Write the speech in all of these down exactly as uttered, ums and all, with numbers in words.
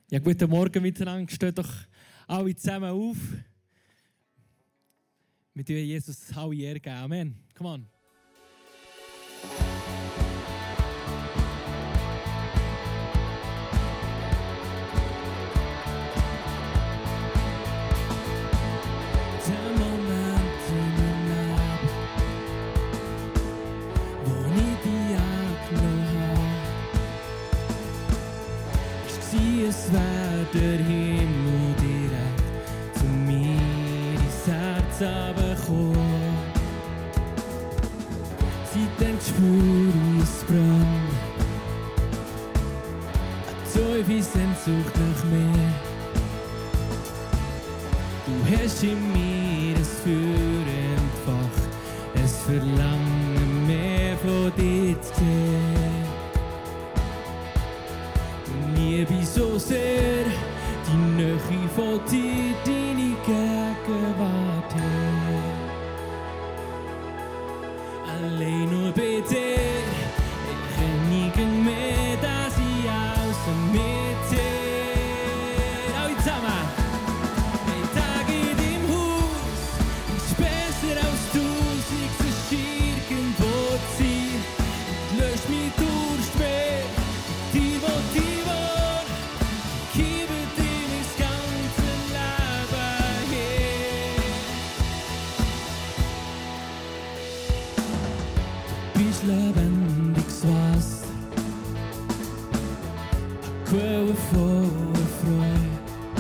Ja, guten Morgen miteinander. Steht doch alle zusammen auf. Wir tun Jesus alle Ehre geben. Amen. Come on. Der Moment in meinem Leben, wo ich dich angenommen habe, es wäre der Himmel direkt zu mir ins Herz runtergekommen. Seitdem spüre ich es brennt, eine tiefe Sehnsucht nach mir. Du hast in mir ein Feuer entfacht, ein Verlangen mehr von dir zu sehen. Liebe so sehr, die Nähe von dir, deine Gegenwart. Allein nur bei dir, ich kann nie mehr, dass ich außer mit dir. Alle zusammen! Ein Tag in deinem Haus ist besser als tausend, sonst irgendwo zu sein. Und löscht mich Durst mehr, die, wo die lebendiges Wasser, eine Quelle voller Freude,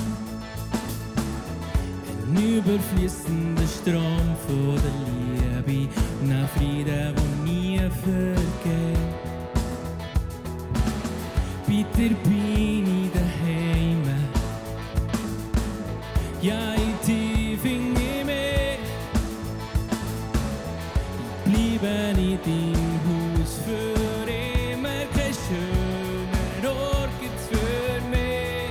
ein überfließender Strom von der Liebe und ein Frieden, der nie vergeht. Bei dir bin ich daheim, ja, in dir finde ich mich, ich bleibe in dir. Für immer kein schöner Ort gibt's für mich.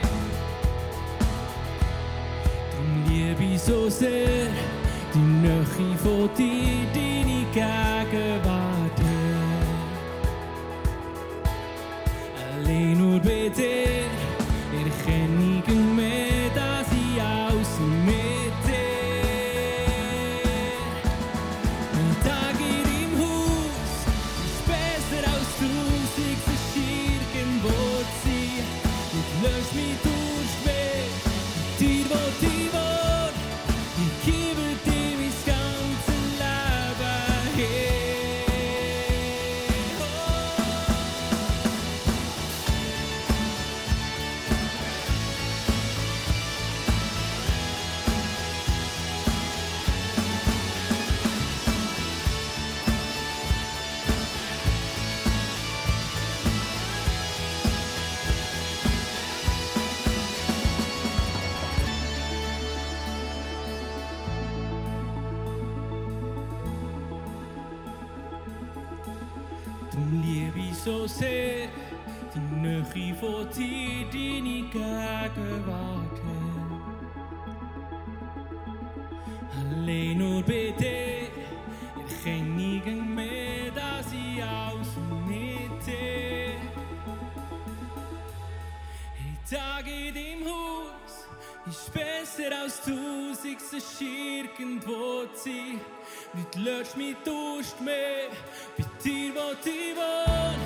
Darum liebe ich so sehr die Nähe von dir, deine Gegenwart. Allein nur bei dir erkenne ich mehr, dass ich außer mit dir. Lösch mich durch mehr, dir, wo die wohnt, ich gebe dir mein ganzes Leben her. So sehr die Nähe von dir, deine Gegenwart. Allein nur bei dir erkenne ich mehr, dass ich außer mit dir. Ein Tag in deinem Haus ist besser als tausend, sonst irgendwo zu sein. Nicht löscht mich Durst mehr, bei dir, wo die wohnt.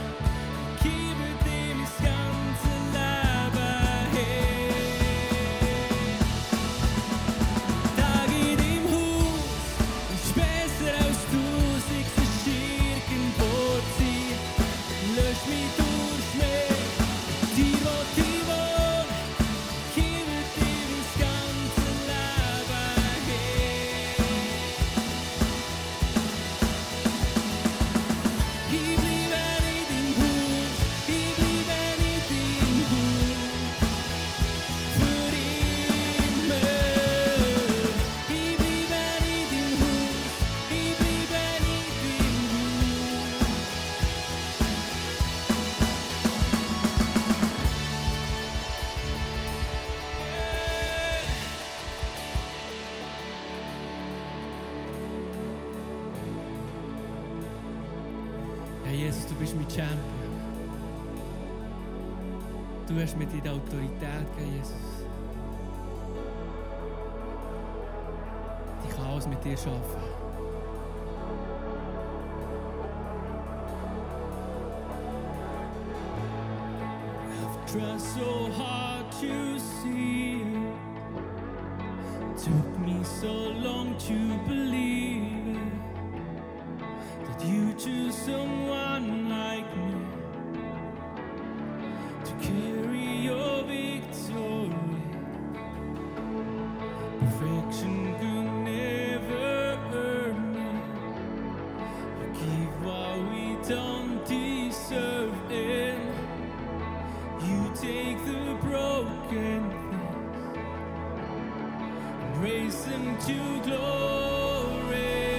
Herr Jesus, du bist mein Champion. du hast mir die Autorität gegeben, Jesus. Ich kann alles mit dir schaffen. I've tried so hard to see it. Took me so long to believe it, that you choose someone like me to carry your victory. Perfection could never earn me. You give what we don't deserve, and you take the broken raise them to glory.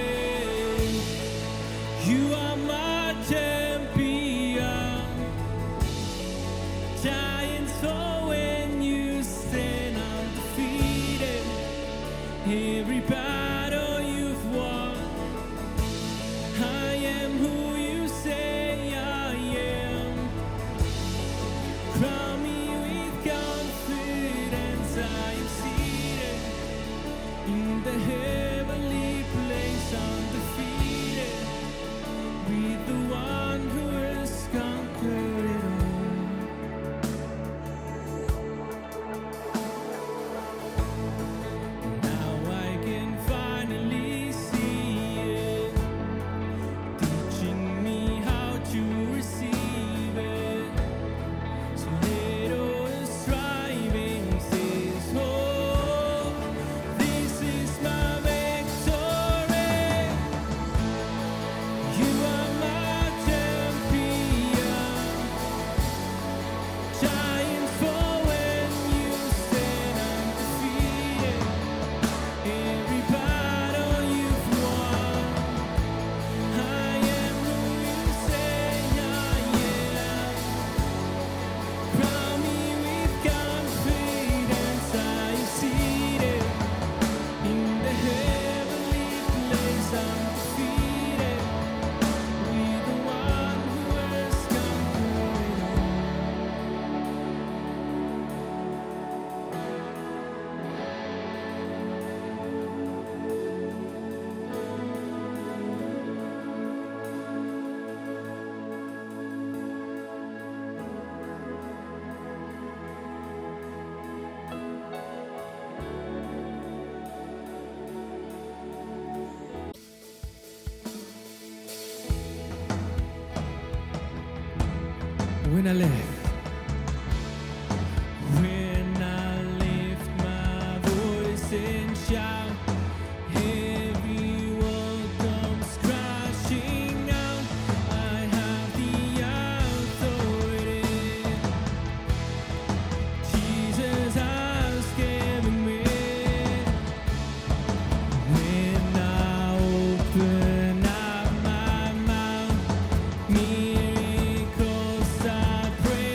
You are my champion. Giants fall when you stand undefeated. Every battle you've won. I am who you say I am. Crown me with confidence. I am seated in the heavenly place, undefeated, with the one who has conquered it all. Now I can finally see it, teaching me how to receive it. So let all the striving cease. Oh, this is my victory. You are my champion. Giants fall when you stand undefeated. Every battle you've won. I am who you say I am. Crown me with confidence. I am seated in the heavenly place, undefeated, with the one who has conquered it all. When I lift, when I lift my voice and shout, every wall comes crashing out. I have the authority Jesus has given me. When I open up my mouth, miracles I pray.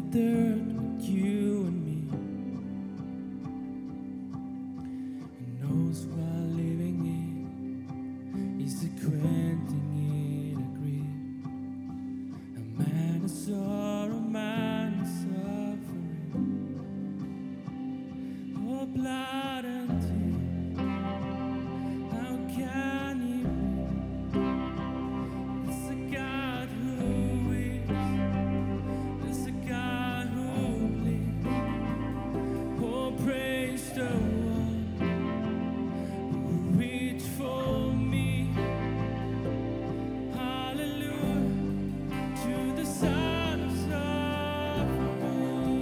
dirt with you and me. He knows while living in is acquainting it agree. A man of sorrow, a man of suffering. Oh, blood and tears, how can he be? It's a God who is, it's a God who lives. Oh, praise the one who reached for me. Hallelujah to the Son of suffering.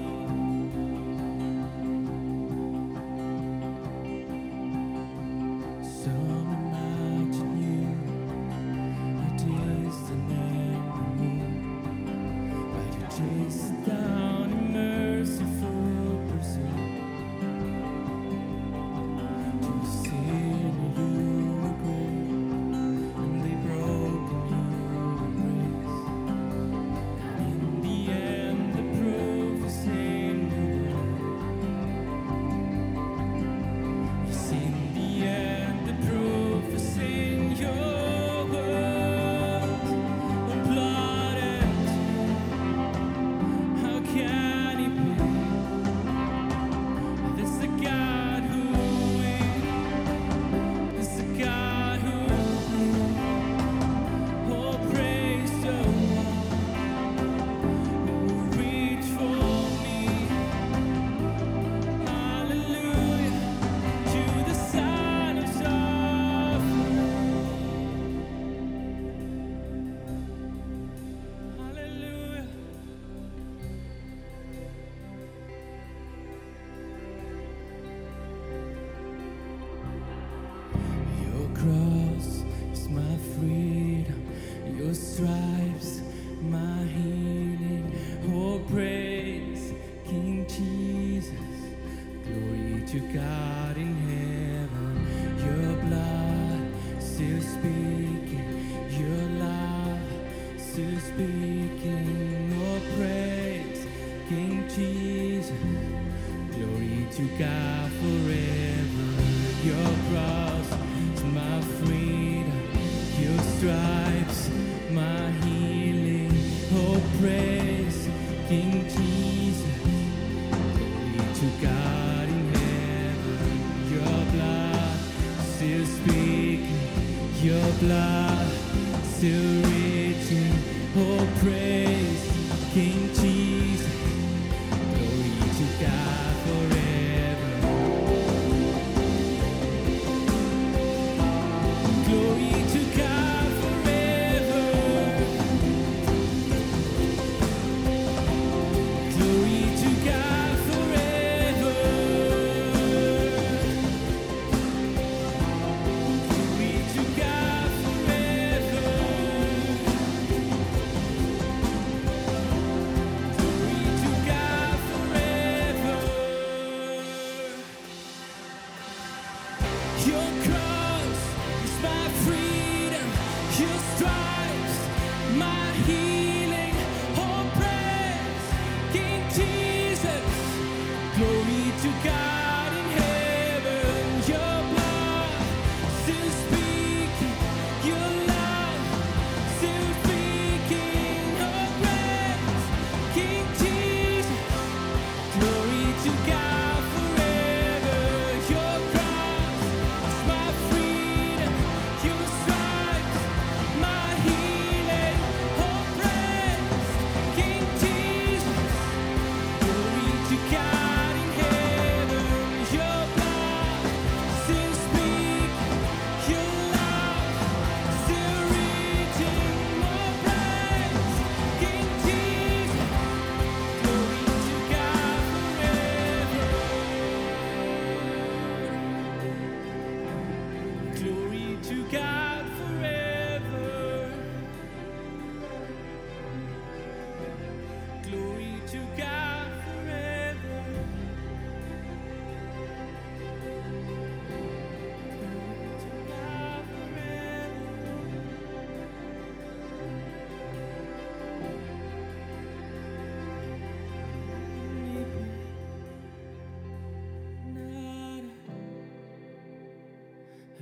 Some imagine you a distant enemy, but you chase down in merciful pursuit. To sin you were great, and they broke in you embrace. And in the end, the proof is in the word. Yes, in the end, the proof is in your words. Oh, blood and tears, how can it be? There's a God who is, there's a God who lives. Oh, praise the one who reached for me. Hallelujah to the Son of suffering. Hallelujah. Your cross is my freedom, your stripes my healing. Oh, praise King Jesus, glory to God in heaven. Your blood still speaking, your love still speaking. Oh, praise King Jesus, glory to God forever. Your cross is my freedom, your stripes my healing. Oh, praise King Jesus, glory to God in heaven. Your blood still speaking, your blood still reaching. Oh, praise King Jesus, glory to God forever. Glory to God forever. Glory to God forever. Glory to God forever.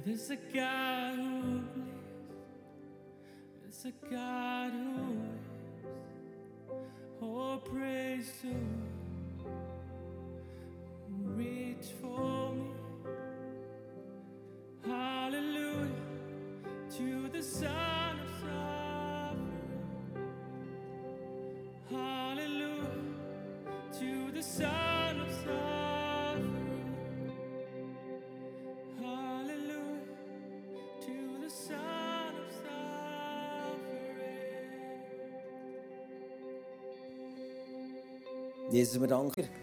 There's a God who lives. There's a God who is. Oh, praise the one who reached for me. Hallelujah to the Son of Suffering. Hallelujah to the Son of Suffering. Hallelujah to the Son of Suffering. Jesus, wir danken dir.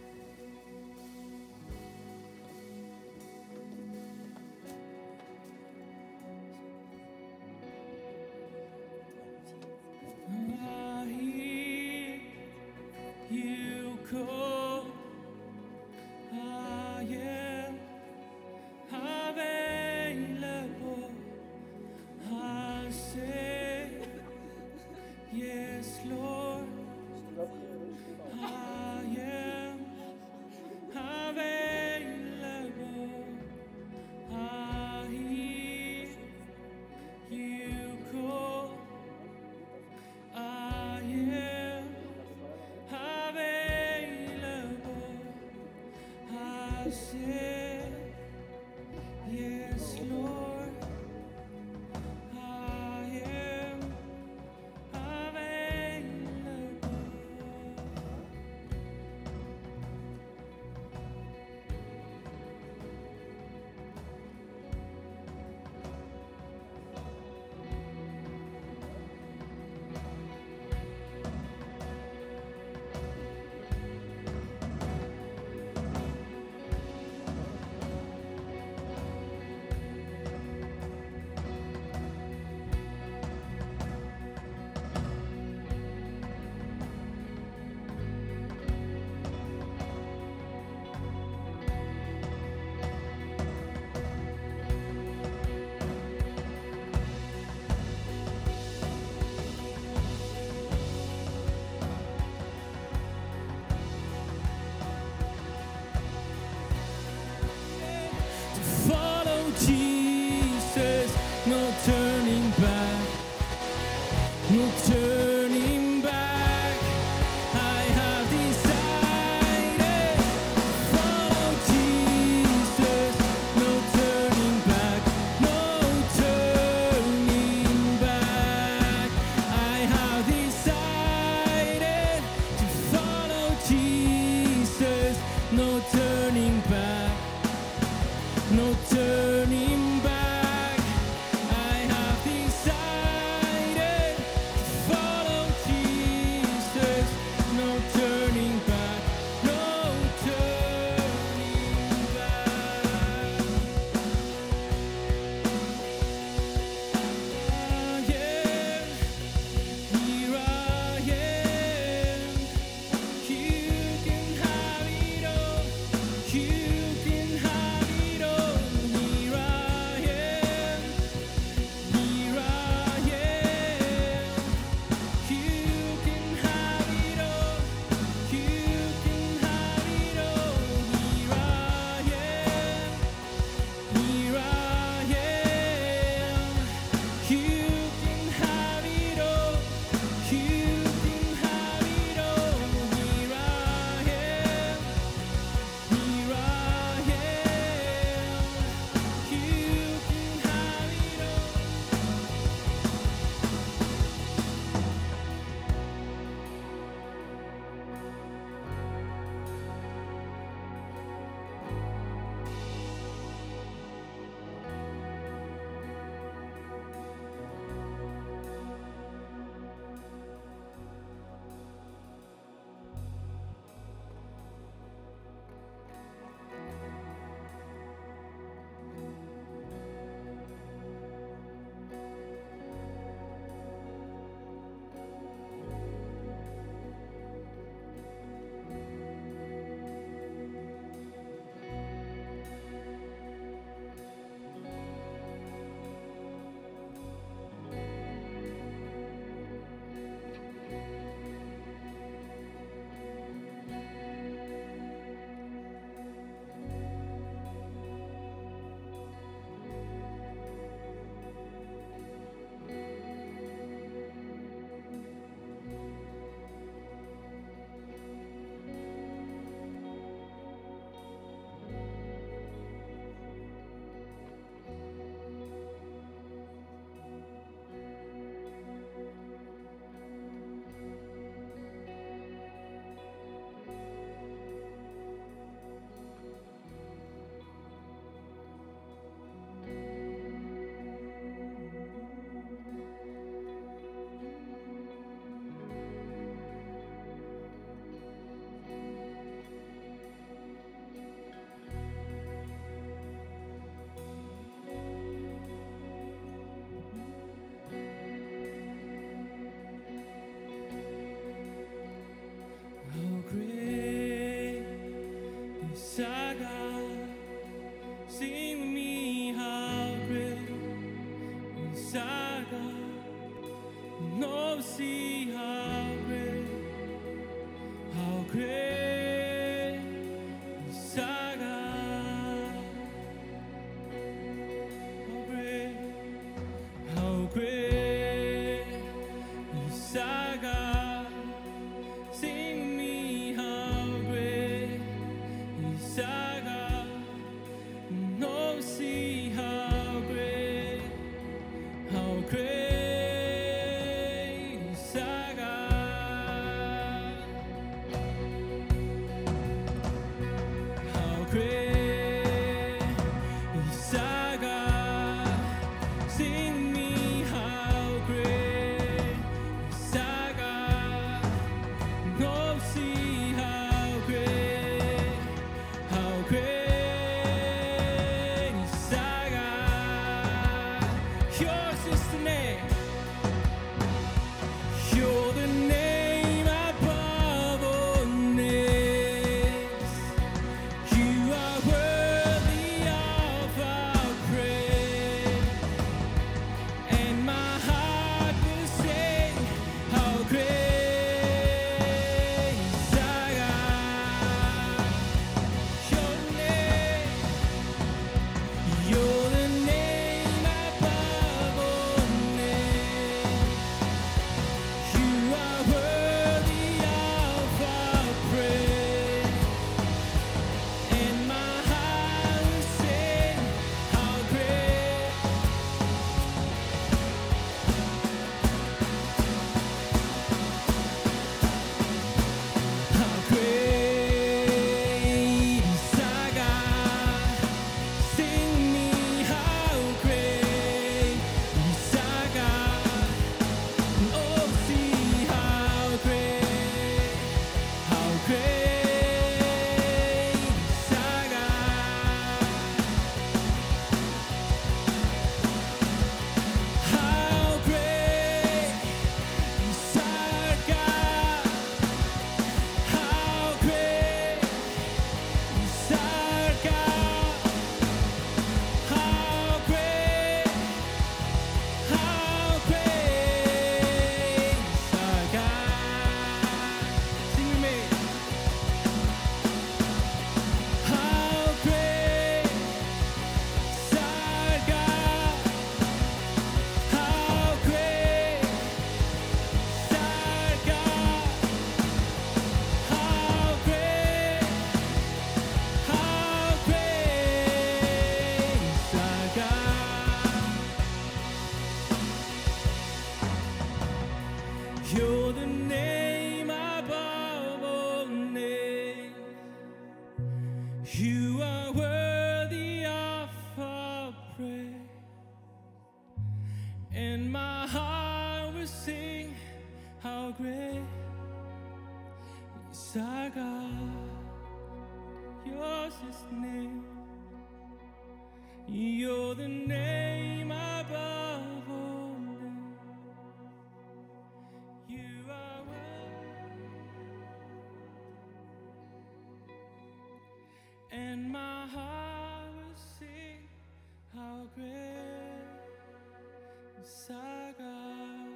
I hear you call. I am available. I say, yes, Lord. I am available. I hear you call. I am available. I say, yes, Lord. I am available. To follow Jesus, no turning back, no turning back. I have decided to follow Jesus, no turning back, no turning back. I have decided to follow Jesus, no turning back. No turning back. I Isaga, sing with me how great Isaga. No, see how great, how great Isaga, how great, how great Isaga. Sing with me how great Isaga. No, see how great, how great. You're the name above all names. You are worthy of our praise. And my heart will sing how great is our God. Yours is the name. You're the name above all names. You are worthy. And my heart will sing how great is our God.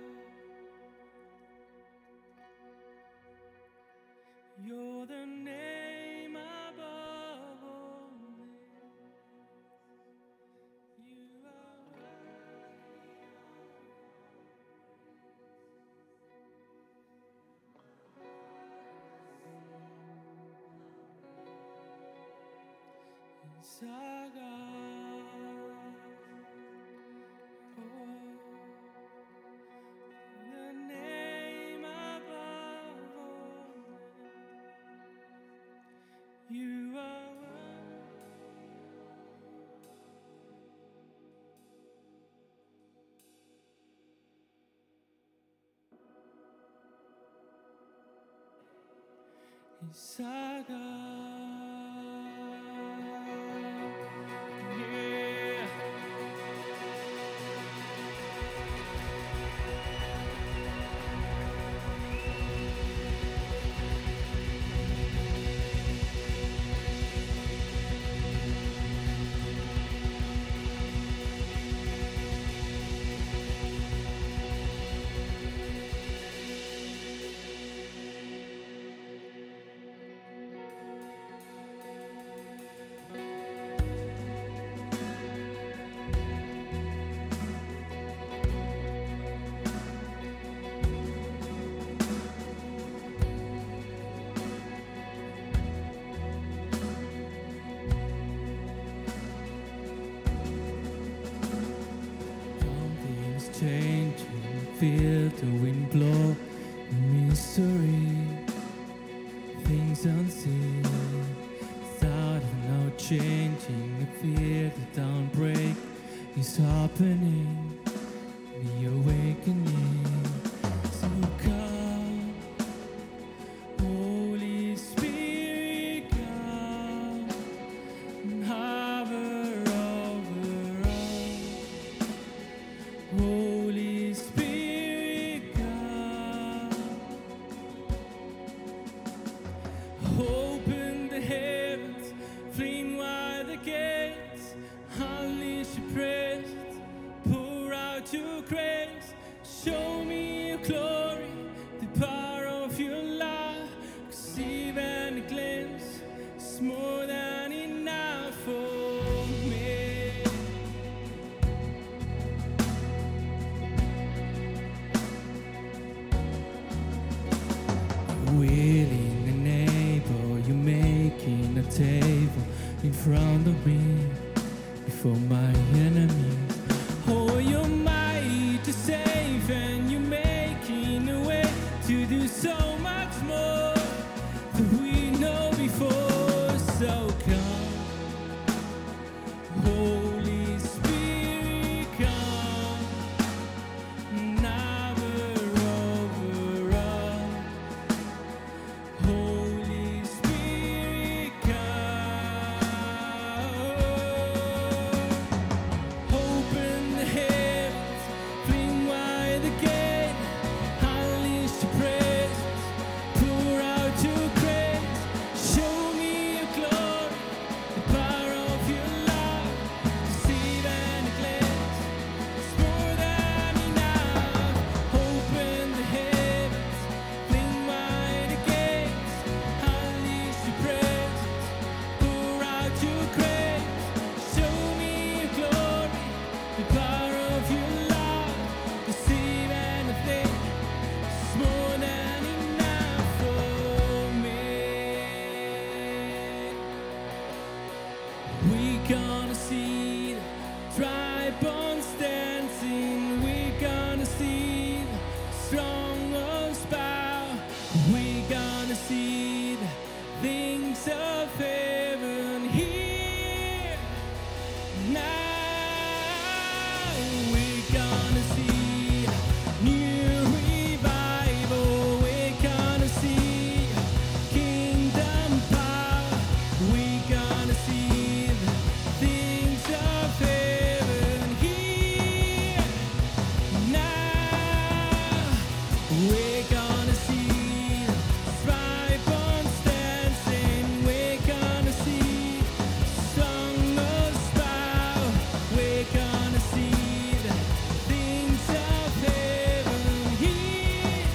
You're the name above all names. You are worthy. It's our God. Oh, the name above all names. You are worthy. It's our God. Yeah. feel the wind blow. Mystery, things unseen. Thought of no changing. I feel the dawn break is happening. The awakening. So come, Holy Spirit, come and hover over us. Holy Spirit, come. Open the heavens, fling wide the gates, unleash your presence, pour out your grace. Show me your glory, the power of your love. 'Cause even a glimpse is more than enough for me. Willing and able, you're making a table in front of me, before my enemies. Oh, you're mighty to save, and you're making a way to do so much more than we know before. So come, Holy Spirit, come and hover over us. Holy Spirit, come. Open the heavens, fling wide the gate, unleash your presence, pour out your grace. Show me your glory, the power of your love. Receive and glance, it's more than enough. Open the heavens, fling wide the gates, unleash your presence, pour out your grace. Show me your glory, the power of your love. Receive and think, it's more than enough for me. We're gonna see the dry bones dancing. We're gonna see the strong ones bow. We're gonna see the things of heaven here now. We're gonna see new revival. We're gonna see kingdom power. We're gonna see the things of heaven here now. We're gonna see dry bones dancing. We're gonna see song of bow. We're gonna see the things of heaven here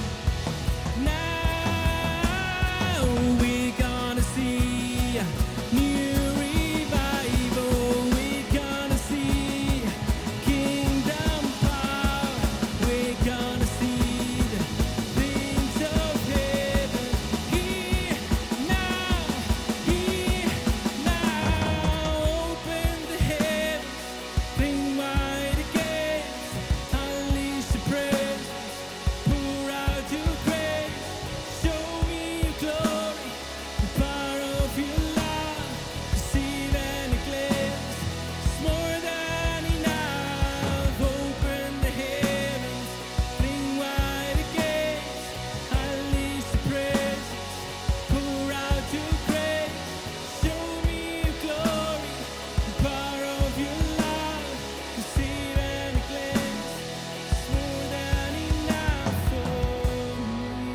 now. We're gonna see new revival. We're gonna see kingdom power. We're gonna see the things of heaven here now, here now. Open the heavens, fling wide the gates, unleash your presence, pour out your grace. Show me your glory, the power of your love. Receive and glance, it's more than enough. Open the heavens, fling wide the gates, unleash your presence, pour out your grace. Show me your glory, the power of your love. Receive and glance, it's more than enough for me.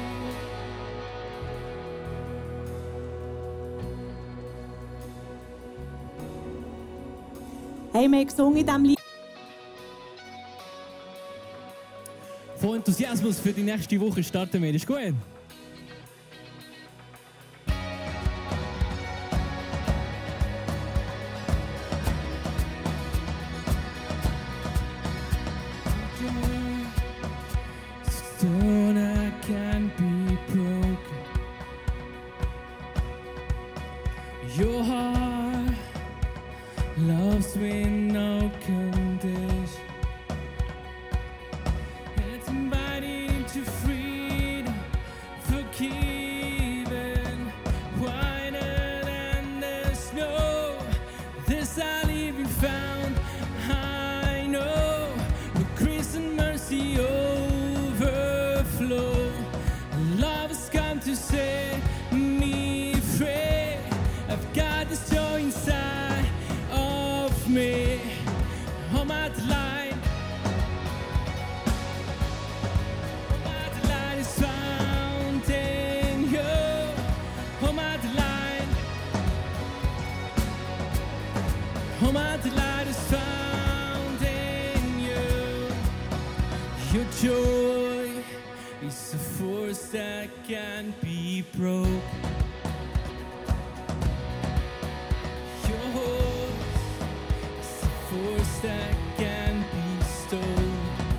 Hey, wir haben gesungen in diesem Lied. Von Enthusiasmus für die nächste Woche starten wir. Ist gut? Stone I can't be broken. Your heart loves with no condition. It's Oh, my delight is found in you. Your joy is a force that can't be broken. Your hope is a force that can't be stolen.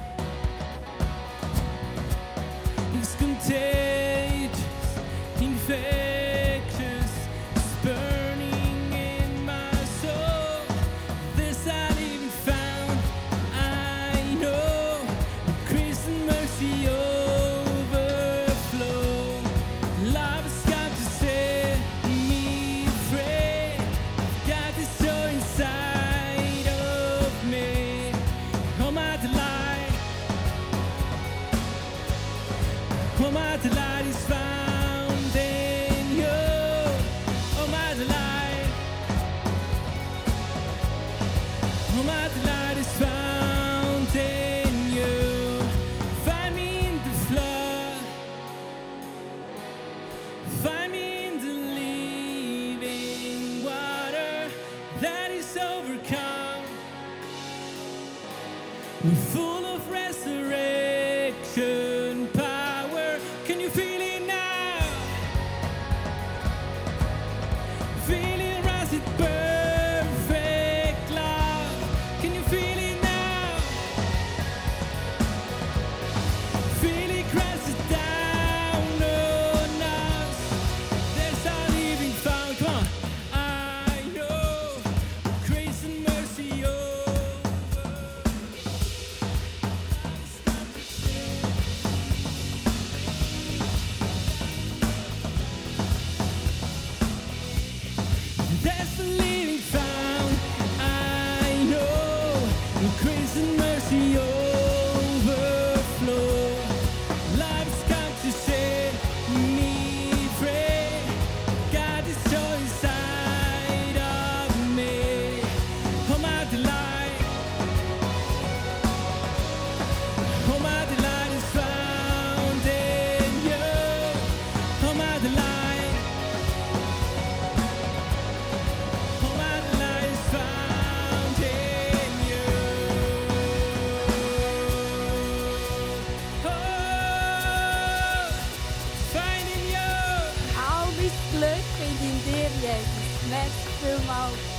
It's contagious, infectious, it's burning in my soul. This I even found, I know, grace and mercy overflow. Love has come to set me free. Got this joy inside of me. Oh, my delight, oh, my delight is found in you. Oh, my delight, oh, my delight is found in you. Find me in the flood, find me in the living water that is overcome. We're full of resurrection power. Can you feel it now? Feel it rise with perfect love. Can you feel it now? Feel it crash down on us. There's our living found. Come on. I know grace and mercy over. There's the living found. I know grace and mercy overflow. Life's come to set me free. God is joy inside of me. Oh, my delight, oh, my delight is found in you. Oh, my delight, oh, my delight is found in you. Oh, find in you. Al mijn geluk vindt in dir, Jezus. Merci vielmals.